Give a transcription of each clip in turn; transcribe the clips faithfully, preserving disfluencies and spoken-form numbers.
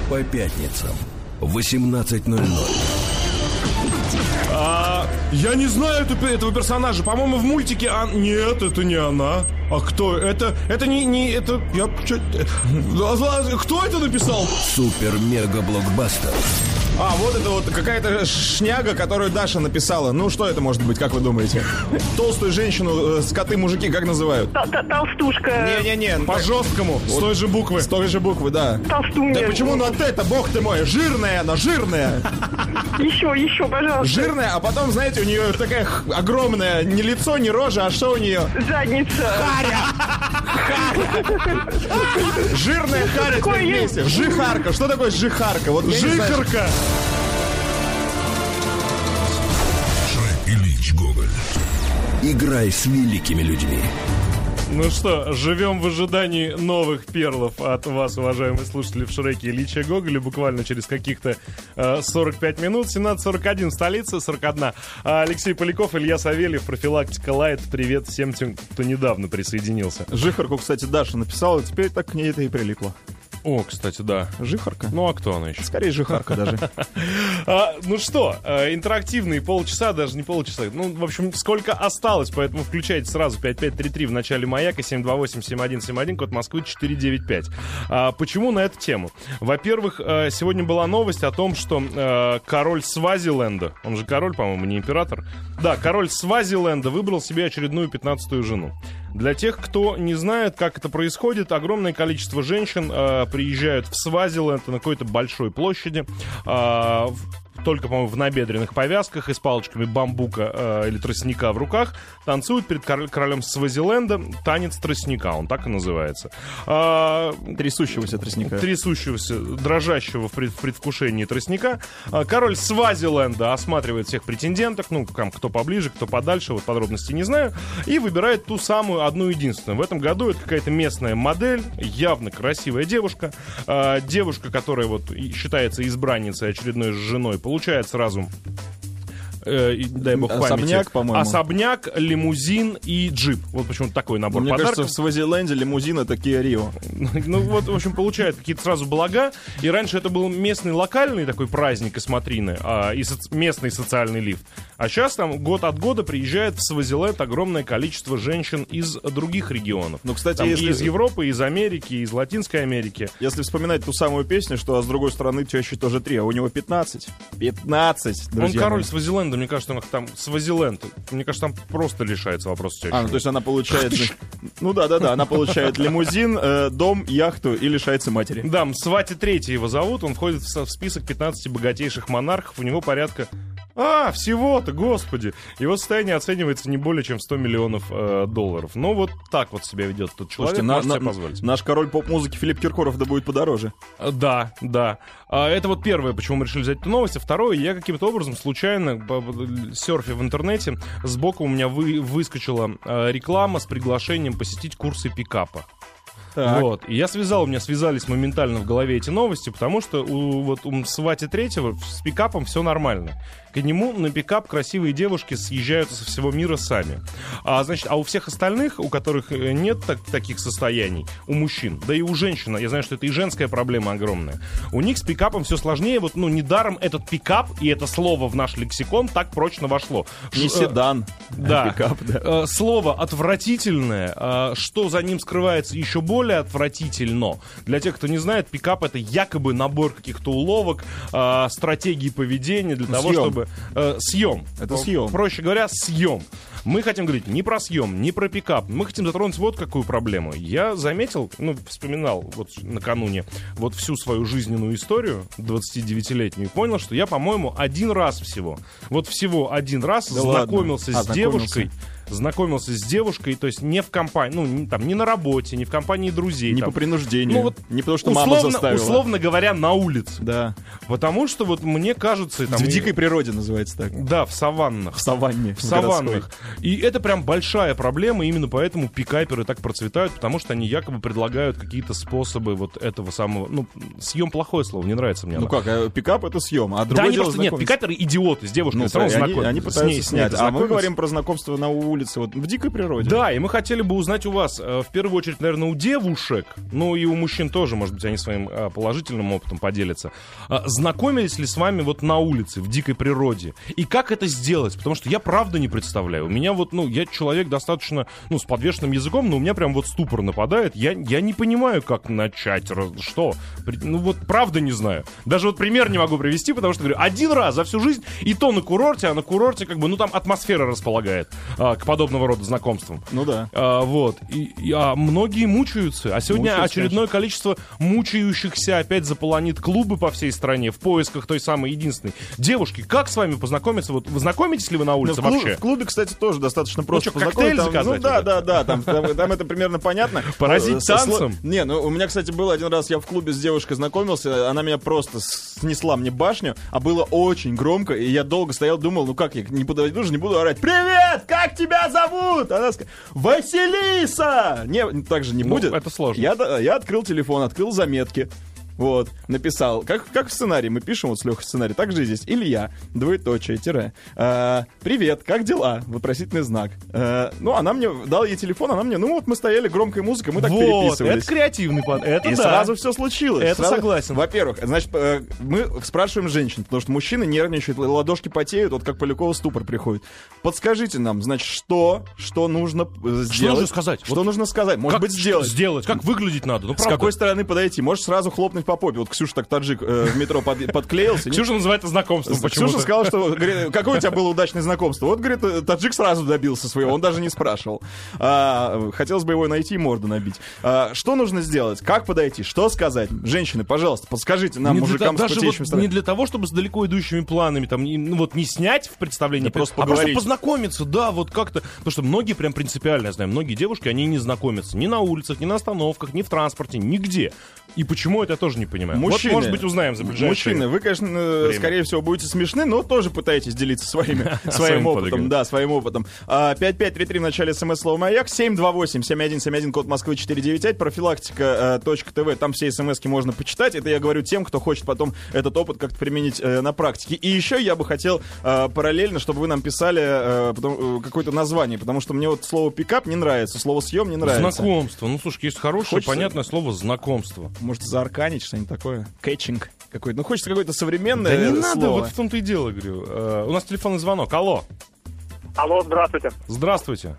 По пятницам в восемнадцать ноль ноль. А, я не знаю эту, этого персонажа. По-моему, в мультике... А, нет, это не она. А кто? Это... Это не... не это... Я... Чё, кто это написал? Супер-мега-блокбастер. А, вот это вот какая-то шняга, которую Даша написала. Ну, что это может быть, как вы думаете? Толстую женщину, э, скоты-мужики, как называют? Толстушка. Не-не-не, по-жесткому. С той же буквы. С той же буквы, да. Толстунья. Да почему на Т-то, бог ты мой? Жирная она, жирная. Еще, еще, пожалуйста. Жирная, а потом, знаете, у нее такая огромная, не лицо, не рожа, а что у нее? Задница. Харя. Харя. Жирная харя теперь вместе. Жихарка. Что такое жихарка? Вот жихарка. Шрек Ильич Гоголь. Играй с великими людьми. Ну что, живем в ожидании новых перлов от вас, уважаемые слушатели, в Шреке Ильича Гоголя. Буквально через каких-то э, сорок пять минут. семнадцать сорок один в столице, сорок один. А Алексей Поляков, Илья Савельев, профилактика Лайт. Привет всем тем, кто недавно присоединился. Жихарку, кстати, Даша написала, теперь так к ней это и прилипло. О, кстати, да. Жихарка. Ну, а кто она еще? Скорее, жихарка даже. а, ну что, э, интерактивные полчаса, даже не полчаса. Ну, в общем, сколько осталось, поэтому включайте сразу пять пять три три в начале маяка, семь два восемь семь один семь один, код Москвы четыре девять пять. А, почему на эту тему? Во-первых, э, сегодня была новость о том, что э, король Свазиленда, он же король, по-моему, не император. Да, король Свазиленда выбрал себе очередную пятнадцатую жену. Для тех, кто не знает, как это происходит, огромное количество женщин э, приезжают в Свазиленд на какой-то большой площади, э, только, по-моему, в набедренных повязках и с палочками бамбука э, или тростника в руках, танцуют перед король, королем Свазиленда танец тростника, он так и называется. А, трясущегося тростника. Трясущегося, дрожащего в, пред, в предвкушении тростника. А, король Свазиленда осматривает всех претенденток, ну, там, кто поближе, кто подальше, вот подробностей не знаю, и выбирает ту самую, одну единственную. В этом году это какая-то местная модель, явно красивая девушка, а, девушка, которая вот считается избранницей, очередной женой, получает сразу, э, дай бог памяти, особняк, по-моему. Особняк, лимузин и джип. Вот почему-то такой набор Мне подарков. кажется, в Свазиленде лимузин — это Kia Rio. Ну вот, в общем, получает какие-то сразу блага. И раньше это был местный локальный такой праздник и смотрины, а, и соци- местный социальный лифт. А сейчас там год от года приезжает в Свазиленд огромное количество женщин из других регионов. Ну, кстати, там если... и из Европы, из Америки, из Латинской Америки. Если вспоминать ту самую песню, что а с другой стороны тещи тоже три, а у него пятнадцать. пятнадцать, друзья. Он король мои. Свазиленда, мне кажется, он там Свазиленд. Мне кажется, там просто лишается вопроса тещи. А, ну то есть она получает... Ну да-да-да, она получает лимузин, э, дом, яхту и лишается матери. Да, Мсвати Третий его зовут, он входит в список пятнадцати богатейших монархов, у него порядка... А, всего-то, господи. Его состояние оценивается не более чем в сто миллионов э, долларов. Ну, вот так вот себя ведет тот человек. Слушайте, может на, себе на, позволить. Наш король поп-музыки Филипп Киркоров да будет подороже. Да, да. А, это вот первое, почему мы решили взять эту новость. А второе, я каким-то образом случайно, серфя в интернете, сбоку у меня вы, выскочила э, реклама с приглашением посетить курсы пикапа. Так. Вот. И я связал, у меня связались моментально в голове эти новости, потому что у, вот, у Мсвати Третьего с пикапом все нормально. К нему на пикап красивые девушки съезжаются со всего мира сами. А, значит, а у всех остальных, у которых нет так, таких состояний, у мужчин, да и у женщин, я знаю, что это и женская проблема огромная, у них с пикапом все сложнее. Вот, ну, недаром этот пикап и это слово в наш лексикон так прочно вошло. Не Ш- седан, да. а пикап, да. Слово отвратительное, что за ним скрывается еще более отвратительно. Для тех, кто не знает, пикап — это якобы набор каких-то уловок, стратегий поведения для того, съем. чтобы... Съем. Это съем. Проще говоря, съем. Мы хотим говорить не про съем, не про пикап. Мы хотим затронуть вот какую проблему. Я заметил, ну, вспоминал вот накануне вот всю свою жизненную историю двадцатидевятилетнюю и понял, что я, по-моему, один раз всего, вот всего один раз да знакомился ладно. с а, девушкой, знакомился с девушкой, то есть не в компании, ну, не, там, не на работе, не в компании друзей. Не там. по принуждению, ну, вот не потому что условно, мама заставила. Условно говоря, на улице. Да. Потому что вот мне кажется... Там, в и... дикой природе называется так. Да, в саваннах. В саванне. В саваннах. И это прям большая проблема, именно поэтому пикаперы так процветают, потому что они якобы предлагают какие-то способы вот этого самого... Ну, съем — плохое слово, не нравится мне. Ну оно. как, а пикап — это съем, а другое да, они дело просто, нет, пикаперы идеи, идиоты с девушкой, ну, все равно они, знакомы. они пытаются с ней, снять. с ней А мы говорим про знакомство на улице. улице, вот в дикой природе. Да, и мы хотели бы узнать у вас, э, в первую очередь, наверное, у девушек, ну и у мужчин тоже, может быть, они своим э, положительным опытом поделятся. Э, знакомились ли с вами вот на улице, в дикой природе? И как это сделать? Потому что я правда не представляю. У меня вот, ну, я человек достаточно, ну, с подвешенным языком, но у меня прям вот ступор нападает. Я, я не понимаю, как начать, что. Ну вот правда не знаю. Даже вот пример не могу привести, потому что, говорю, один раз за всю жизнь, и то на курорте, а на курорте как бы, ну там атмосфера располагает а, к подобного рода знакомствам. Ну да. А, вот. И, и, а многие мучаются. А сегодня мучаются, очередное конечно. количество мучающихся опять заполонит клубы по всей стране в поисках той самой единственной. Девушки, как с вами познакомиться? Вот вы знакомитесь ли вы на улице ну, в вообще? В клубе, кстати, тоже достаточно просто ну, что, коктейль заказать? Ну да, да, да, там, там, там это примерно понятно. Поразить танцем? Не, ну у меня, кстати, был один раз, я в клубе с девушкой знакомился, она меня просто снесла мне башню, а было очень громко, и я долго стоял, думал, ну как, я не подойду же, не буду орать: «Привет, как тебя зовут?» Она сказала: «Василиса!» Не, так же не ну, будет. Это сложно. Я, я открыл телефон, открыл заметки. Вот, написал, как, как в сценарии, мы пишем вот с Лехой сценарий, так же и здесь. Илья, двоеточие, тире. А, привет, как дела? Вопросительный знак. А, ну, она мне, дал ей телефон, она мне, ну вот мы стояли, громкой музыкой, мы так вот, переписывались. это креативный план, это И да. сразу все случилось. Это сразу... согласен. Во-первых, значит, мы спрашиваем женщин, потому что мужчины нервничают, ладошки потеют, вот как Полякова ступор приходит. Подскажите нам, значит, что, что нужно сделать? Что нужно сказать? Что вот нужно сказать? Может быть, сделать? Сделать, как выглядеть надо? Ну, с какой стороны подойти? Можешь сразу хлопнуть по попе. Вот Ксюша так таджик э, в метро под, подклеился. Ксюша называет это знакомством почему-то. Ксюша сказала, что, говорит, какое у тебя было удачное знакомство. Вот, говорит, таджик сразу добился своего, он даже не спрашивал. А, хотелось бы его найти и морду набить. А, что нужно сделать? Как подойти? Что сказать? Женщины, пожалуйста, подскажите нам, не мужикам для, с потеющими вот сторонами. Не для того, чтобы с далеко идущими планами, там, не, ну, вот не снять в представлении, да просто а поговорить. просто познакомиться, да, вот как-то. Потому что многие прям принципиально, я знаю, многие девушки, они не знакомятся ни на улицах, ни на остановках, ни в транспорте, нигде. И почему это я тоже не понимаю. Мужчины, вот, может быть, узнаем за ближайшее Мужчины, вы, конечно, время. скорее всего, будете смешны, но тоже пытаетесь делиться своими, своим опытом. Да, своим опытом. пять пять три три в начале смс-слова «Маяк», семь два восемь семь один семь один, код Москвы четыре девять пять, профилактика точка тв, там все смс-ки можно почитать. Это я говорю тем, кто хочет потом этот опыт как-то применить э, на практике. И еще я бы хотел э, параллельно, чтобы вы нам писали э, потом, э, какое-то название, потому что мне вот слово «пикап» не нравится, слово «съем» не нравится. Знакомство. Ну, слушай, есть хорошее, Хочется... понятное слово «знакомство». Может, заарканить что-нибудь такое? Кэтчинг какой-то. Ну, хочется какое-то современное Да не слово. надо, вот в том-то и дело, говорю. Uh, у нас телефонный звонок. Алло. Алло, здравствуйте. Здравствуйте.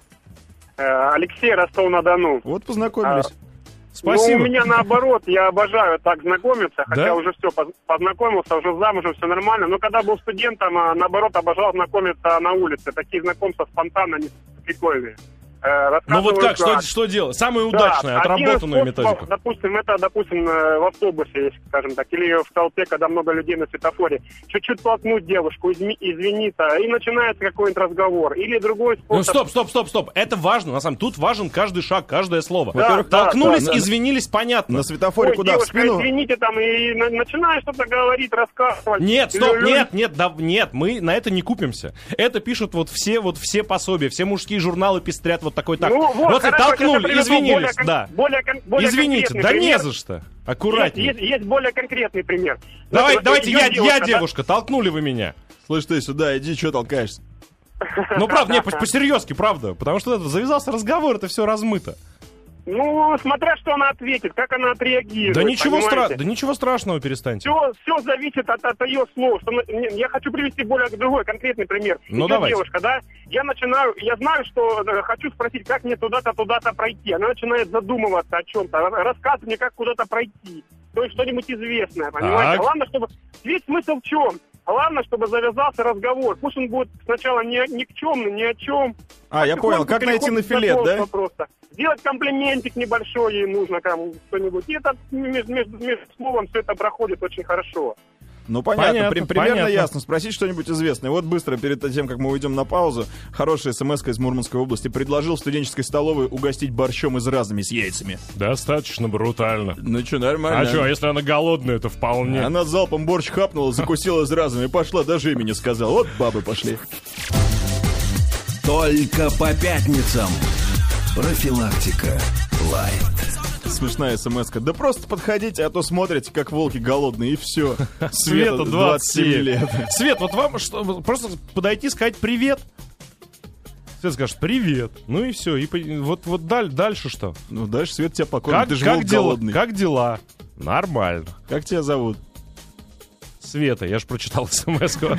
Э, Алексей, Ростов-на-Дону. Вот познакомились. А, спасибо. Ну, у меня наоборот, я обожаю так знакомиться, хотя да? уже все, познакомился, уже замужем, все нормально. Но когда был студентом, наоборот, обожал знакомиться на улице. Такие знакомства спонтанно, не прикольные. Ну вот как, что, что делать? Самое удачное, да, отработанную методику. Допустим, это, допустим, в автобусе, скажем так, или в толпе, когда много людей на светофоре. Чуть-чуть толкнуть девушку, извиниться, и начинается какой-нибудь разговор. Или другой способ... Ну стоп, стоп, стоп, стоп. Это важно, на самом деле. Тут важен каждый шаг, каждое слово. Да, Во-первых, да, толкнулись, да, извинились, понятно. На светофоре Ой, куда, девушка, в спину? извините, там, и начинаешь что-то говорить, рассказывать. Нет, стоп, Лю- нет, нет, да, нет, мы на это не купимся. Это пишут вот все, вот все пособия, все мужские журналы пестрят вот такой так. Ну, вот, вот и хорошо, толкнули, извинились, более, да. Более, более Извините, да пример. не за что. Аккуратнее. Есть, есть, есть более конкретный пример. Давай, вот, давайте, я, девушка, я да? девушка, толкнули вы меня. Слышь, ты сюда, иди, что толкаешься? Ну, правда, не, по-серьезки, правда. Потому что это, завязался разговор, это все размыто. Ну, смотря что она ответит, как она отреагирует. Да ничего, стра... понимаете? да ничего страшного, перестаньте. Все, все зависит от, от ее слов. Что, не, я хочу привести более другой конкретный пример. Ну, Идет давайте. девушка, да? Я начинаю, я знаю, что э, хочу спросить, как мне туда-то, туда-то пройти. Она начинает задумываться о чем-то, рассказывать мне, как куда-то пройти. То есть что-нибудь известное, понимаете? Так. Главное, чтобы... Весь смысл в чем? Главное, чтобы завязался разговор. Пусть он будет сначала не, никчемный, ни о чем. А, я понял, как найти на филет, да? Просто. Сделать комплиментик небольшой ей нужно, там, что-нибудь. И это между, между, между словом все это проходит очень хорошо. Ну, понятно, Понятно, при- примерно понятно. ясно. Спросить что-нибудь известное. Вот быстро, перед тем, как мы уйдем на паузу, хорошая смс-ка из Мурманской области. Предложил в студенческой столовой угостить борщом из разными с яйцами. Достаточно брутально. Ну что, нормально. А что, если она голодная, то вполне. Она залпом борщ хапнула, закусила из разными и пошла, даже имени сказала. Вот бабы пошли. Только по пятницам. Профилактика лайт. Смешная смс-ка. Да просто подходите, а то смотрите, как волки голодные, и все. Света двадцать семь лет. Свет, вот вам что, просто подойти, сказать привет? Свет скажет «привет». Ну и все. И по- вот, вот даль- дальше что? Ну, дальше Свет тебя покормит, Как, ты же как, волк дела? голодный. Как дела? Нормально. Как тебя зовут? Света, я же прочитал смс-ку.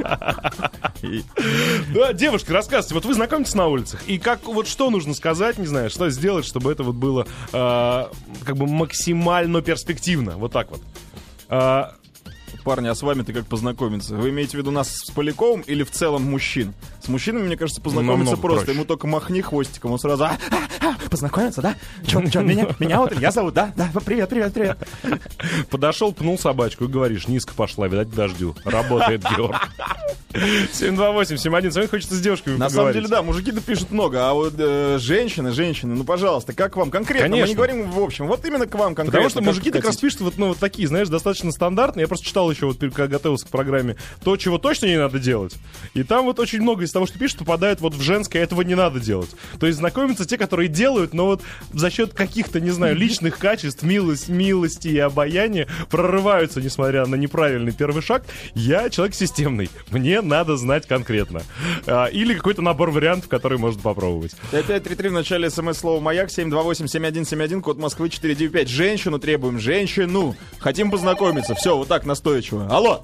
Да, девушки, рассказывайте, вот вы знакомитесь на улицах, и как, вот что нужно сказать, не знаю, что сделать, чтобы это вот было э, как бы максимально перспективно, вот так вот. Э, Парни, а с вами-то как познакомиться? Вы имеете в виду нас с Поляковым или в целом мужчин? С мужчинами, мне кажется, познакомиться Намного просто. проще. Ему только махни хвостиком, он сразу... А, а, а, познакомиться, да? Чё, чё, меня, меня вот Илья зовут, да? Да, привет, привет, привет. Подошел, пнул собачку и говоришь, низко пошла, видать, к дождю. Работает Георг. семь два восемь семь один семь, хочется с девушками На поговорить. самом деле, да, мужики-то пишут много, а вот э, женщины, женщины, ну, пожалуйста, как вам конкретно? Мы Конечно. не говорим в общем, вот именно к вам конкретно. Потому что как мужики вы как раз хотите. пишут вот, ну, вот такие, знаешь, достаточно стандартные. Я просто читал еще, вот, когда готовился к программе, то, чего точно не надо делать. И там вот очень много из того, что пишут, попадает вот в женское, этого не надо делать. То есть знакомятся те, которые делают, но вот за счет каких-то, не знаю, личных качеств, милость, милости и обаяния прорываются, несмотря на неправильный первый шаг. Я человек системный. Мне надо знать конкретно. А, или какой-то набор вариантов, который можно попробовать. пять пять три три в начале смс-слова «Маяк», семь два восемь семь один семь один, код Москвы четыре девять пять. Женщину требуем, женщину. Хотим познакомиться. Все, вот так настойчиво. Алло.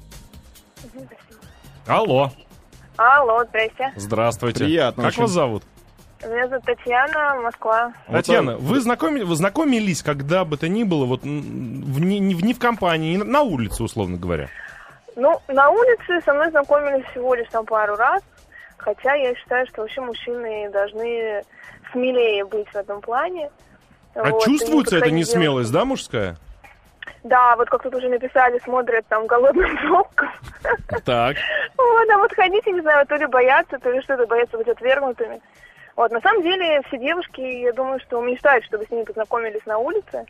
Алло. Алло, здрасте. Здравствуйте. Приятно Как очень. вас зовут? Меня зовут Татьяна, Москва. Татьяна, Вот, вы, знакоми, вы знакомились, когда бы то ни было, вот м, в, не, не в не в компании, не на, на улице, условно говоря? Ну, на улице со мной знакомились всего лишь там пару раз. Хотя я считаю, что вообще мужчины должны смелее быть в этом плане. А Вот, и чувствуется никогда эта не несмелость, да, мужская? делать- Да, вот как тут уже написали, смотрят там голодным волком. Так. Вот, а вот ходите, не знаю, то ли боятся, то ли что-то, боятся быть отвергнутыми. Вот, на самом деле, все девушки, я думаю, что мечтают, чтобы с ними познакомились на улице.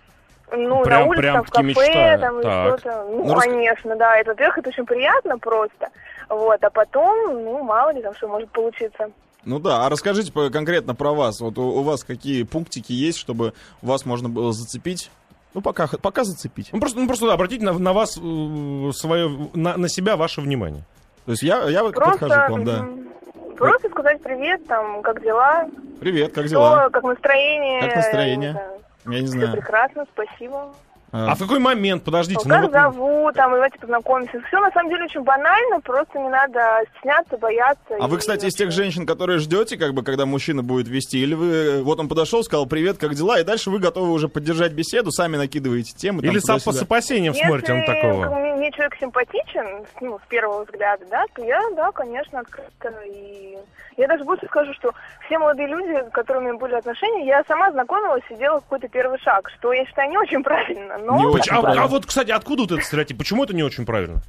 Ну, Прям- на улице, прям там, в таки кафе, мечтают. там, или Так. что-то. Ну, Ну, рас- конечно, да. Это, во-первых, это очень приятно просто. Вот, а потом, ну, мало ли там что может получиться. Ну да, а расскажите по- конкретно про вас. Вот у, у вас какие пунктики есть, чтобы вас можно было зацепить? Ну, пока, х- пока зацепить. Ну, просто, ну, просто да, обратите на, на вас, э, свое, на, на себя ваше внимание. То есть я, я вот Просто, подхожу к вам, да. м, просто сказать привет, там, как дела, Привет, как дела? что, как настроение. Как настроение? не знаю. Я не Все знаю. прекрасно, спасибо. А в какой момент, подождите, Ну, ну, как вот, зовут, там, давайте познакомимся. Все на самом деле очень банально, просто не надо стесняться, бояться. А вы, и кстати, из тех вообще. женщин, которые ждете, как бы, когда мужчина будет вести, или вы, вот он подошел, сказал привет, как дела, и дальше вы готовы уже поддержать беседу, сами накидываете темы. там, или сам по туда-сюда. опасениям смотрите на Если такого? мне, мне человек симпатичен, ну, с первого взгляда, да, то я, да, конечно, открыта. И я даже больше скажу, что все молодые люди, с которыми были отношения, я сама знакомилась и делала какой-то первый шаг, что я считаю не очень правильно. Но Не очень А, правильно. а вот, кстати, откуда вот этот стереотип? Почему это не очень правильно?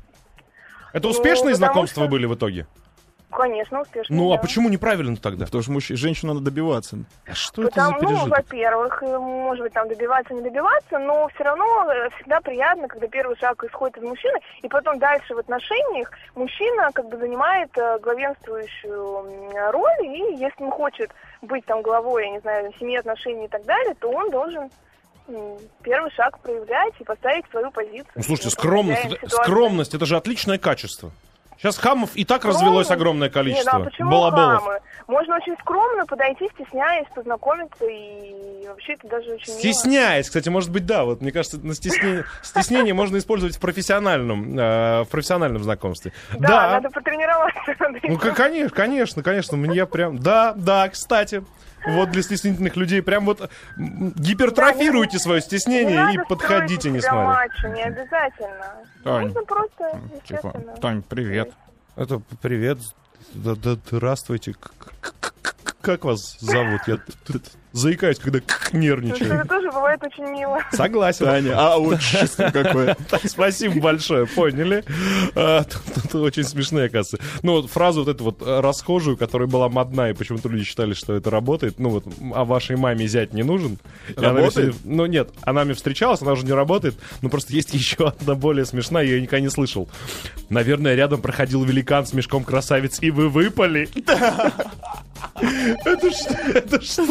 Это Ну, успешные потому знакомства что- были в итоге? Конечно, успешно. Ну, а да. почему неправильно тогда? Потому что мужч... женщину надо добиваться. А что Потому, это за ну, пережиток? во-первых, э, может быть, там добиваться, не добиваться, но все равно э, всегда приятно, когда первый шаг исходит из мужчины, и потом дальше в отношениях мужчина как бы занимает э, главенствующую м, роль, и если он хочет быть там главой, я не знаю, семьи, отношений и так далее, то он должен м, первый шаг проявлять и поставить свою позицию. Ну, слушайте, Ну, скромность, хозяин это, ситуации. скромность, это же отличное качество. Сейчас хамов и так развелось Скромность? огромное Не, ну, количество. а почему Балаболов. хамы? Можно очень скромно подойти, стесняясь, познакомиться, и вообще это даже очень мило. Стесняясь, кстати, может быть, да. Вот мне кажется, на стеснение, стеснение можно использовать в профессиональном, э, в профессиональном знакомстве. Да, надо потренироваться. Ну, к- конечно, конечно, конечно. Мне прям. Да, да, кстати. Вот для стеснительных людей прям вот м, гипертрофируйте свое Не стеснение надо и подходите, строить не из себя смотря. мачо, не обязательно. Тань. Можно просто, Типа, естественно. Тань, привет. Это привет. Да, да, здравствуйте. К- к- к- Как вас зовут? Я т- т- заикаюсь, когда к- Потому что нервничаю. это тоже бывает очень мило. Согласен. Таня, а отчество какое. Так, спасибо большое, поняли. А, тут, тут очень смешные, оказывается. Ну, вот фразу вот эту вот э, расхожую, которая была модна, и почему-то люди считали, что это работает. Ну, вот, а вашей маме зять не нужен. И она мне Работает? всегда- ну, нет, она мне встречалась, она уже не работает. Но просто есть еще одна более смешная, я ее никогда не слышал. Наверное, рядом проходил великан с мешком красавиц, и вы выпали. Это что? Это что?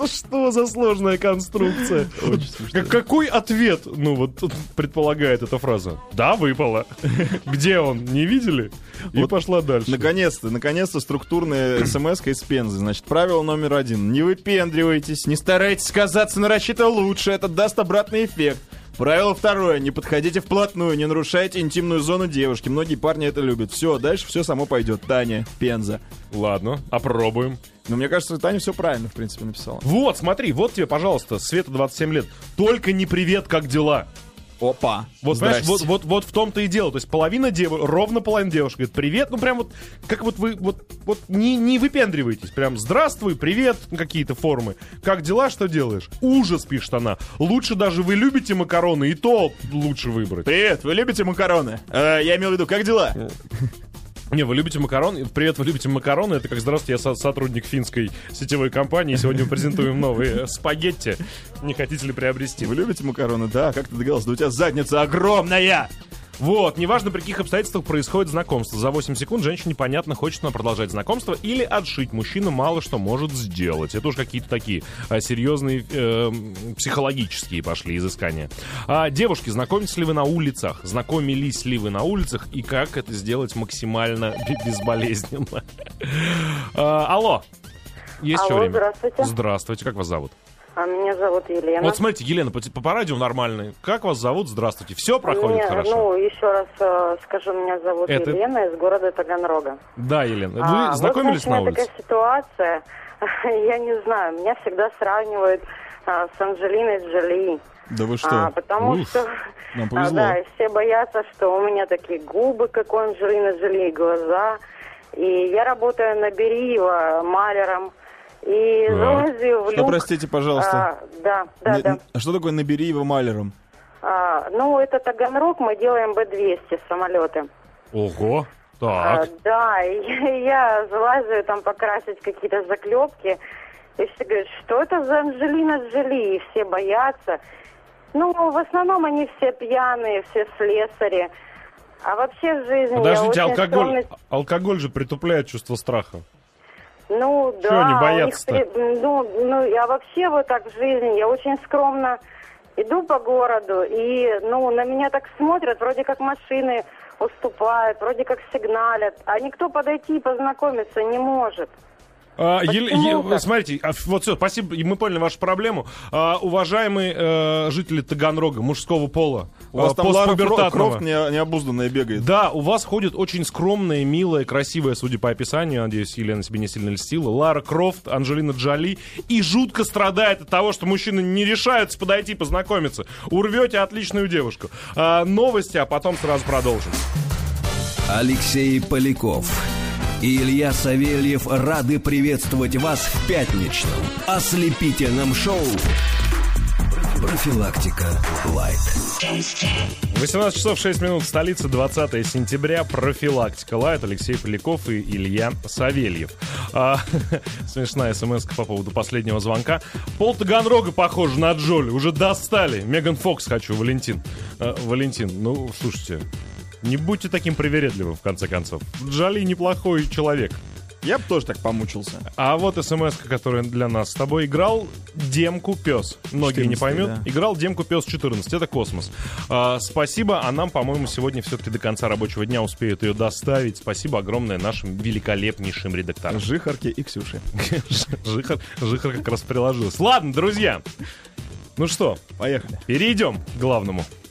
что за сложная конструкция? Какой ответ, ну вот, предполагает эта фраза? Да, выпало. Где он? Не видели? И пошла дальше. Наконец-то, наконец-то структурная смс-ка из Пензы. Значит, правило номер один. Не выпендривайтесь, не старайтесь казаться нарочито лучше, это даст обратный эффект. Правило второе. Не подходите вплотную, не нарушайте интимную зону девушки. Многие парни это любят. Все, дальше все само пойдет. Таня, Пенза. Ладно, опробуем. Ну, мне кажется, Таня все правильно, в принципе, написала. Вот, смотри, вот тебе, пожалуйста, Света, двадцать семь лет. Только не привет, как дела? Опа. Вот, понимаешь, вот, вот, вот в том-то и дело. То есть половина девушек, ровно половина девушек говорит привет. Ну, прям вот, как вот вы, вот, вот не, не выпендривайтесь. Прям здравствуй, привет, какие-то формы. Как дела, что делаешь? Ужас, пишет она. Лучше даже вы любите макароны, и то лучше выбрать. Привет, вы любите макароны? Э, я имел в виду, как дела? Не, вы любите макароны? Привет, вы любите макароны? Это как здравствуйте, я со- сотрудник финской сетевой компании. Сегодня мы презентуем новые спагетти. Не хотите ли приобрести? Вы любите макароны? Да, как ты догадался? Да у тебя задница огромная! Вот, неважно, при каких обстоятельствах происходит знакомство. За восемь секунд женщине понятно, хочет она продолжать знакомство или отшить. Мужчина мало что может сделать. Это уж какие-то такие а, серьезные э, психологические пошли изыскания. А, девушки, знакомитесь ли вы на улицах? Знакомились ли вы на улицах? И как это сделать максимально безболезненно? а, алло. Есть еще Алло, время? Здравствуйте. Здравствуйте, как вас зовут? А меня зовут Елена. Вот смотрите, Елена, по, по радио нормально. Как вас зовут? Здравствуйте. Все проходит меня, хорошо? Ну, еще раз э, скажу, меня зовут Это... Елена из города Таганрога. Да, Елена. Вы а, знакомились вот, на улице? Такая ситуация, я не знаю, меня всегда сравнивают а, с Анджелиной Джоли. Да вы что? А, потому Уф, что... нам повезло. А, да, и все боятся, что у меня такие губы, как у Анджелины Джоли, и глаза. И я работаю на Бериево маляром. И залазил в люк. Что, простите, пожалуйста? А, да, да, не, да. А что такое набери его маляром? А, ну, это Таганрог, мы делаем бэ двести самолеты. Ого, так. А, да, и я залазаю там покрасить какие-то заклепки. И все говорят, что это за Анджелина Джоли? И все боятся. Ну, в основном они все пьяные, все слесари. А вообще в жизни Подождите, я очень алкоголь, скромный... алкоголь же притупляет чувство страха. Ну, Чего да. не бояться-то? Них, ну, ну, я вообще вот так в жизни, я очень скромно иду по городу, и, ну, на меня так смотрят, вроде как машины уступают, вроде как сигналят, а никто подойти и познакомиться не может. А, Ел... Е... Смотрите, вот все, спасибо, мы поняли вашу проблему. А, уважаемые э, жители Таганрога, мужского пола, у вас там Лара Крофт не, необузданная бегает. Да, у вас ходит очень скромная, милая, красивая, судя по описанию, надеюсь, Елена себе не сильно льстила, Лара Крофт, Анджелина Джоли, и жутко страдает от того, что мужчины не решаются подойти познакомиться. Урвете отличную девушку. А, новости, а потом сразу продолжим. Алексей Поляков и Илья Савельев рады приветствовать вас в пятничном ослепительном шоу «Профилактика Лайт». восемнадцать часов шесть минут, столица, двадцатое сентября, «Профилактика Лайт», Алексей Поляков и Илья Савельев. А, смешная смс-ка по поводу последнего звонка. Пол Таганрога похоже на Джоли, уже достали. Меган Фокс хочу, Валентин. А, Валентин, ну, слушайте... Не будьте таким привередливым, в конце концов. Джоли неплохой человек. Я бы тоже так помучился. А вот смс-ка, которая для нас с тобой. Играл демку пес. Многие не поймут. Да. Играл демку пес четырнадцать. Это космос. А, спасибо. А нам, по-моему, сегодня все-таки до конца рабочего дня успеют ее доставить. Спасибо огромное нашим великолепнейшим редакторам. Жихарке и Ксюше. Жихар, Жихар как раз приложилась. Ладно, друзья. Ну что, поехали. Перейдем к главному.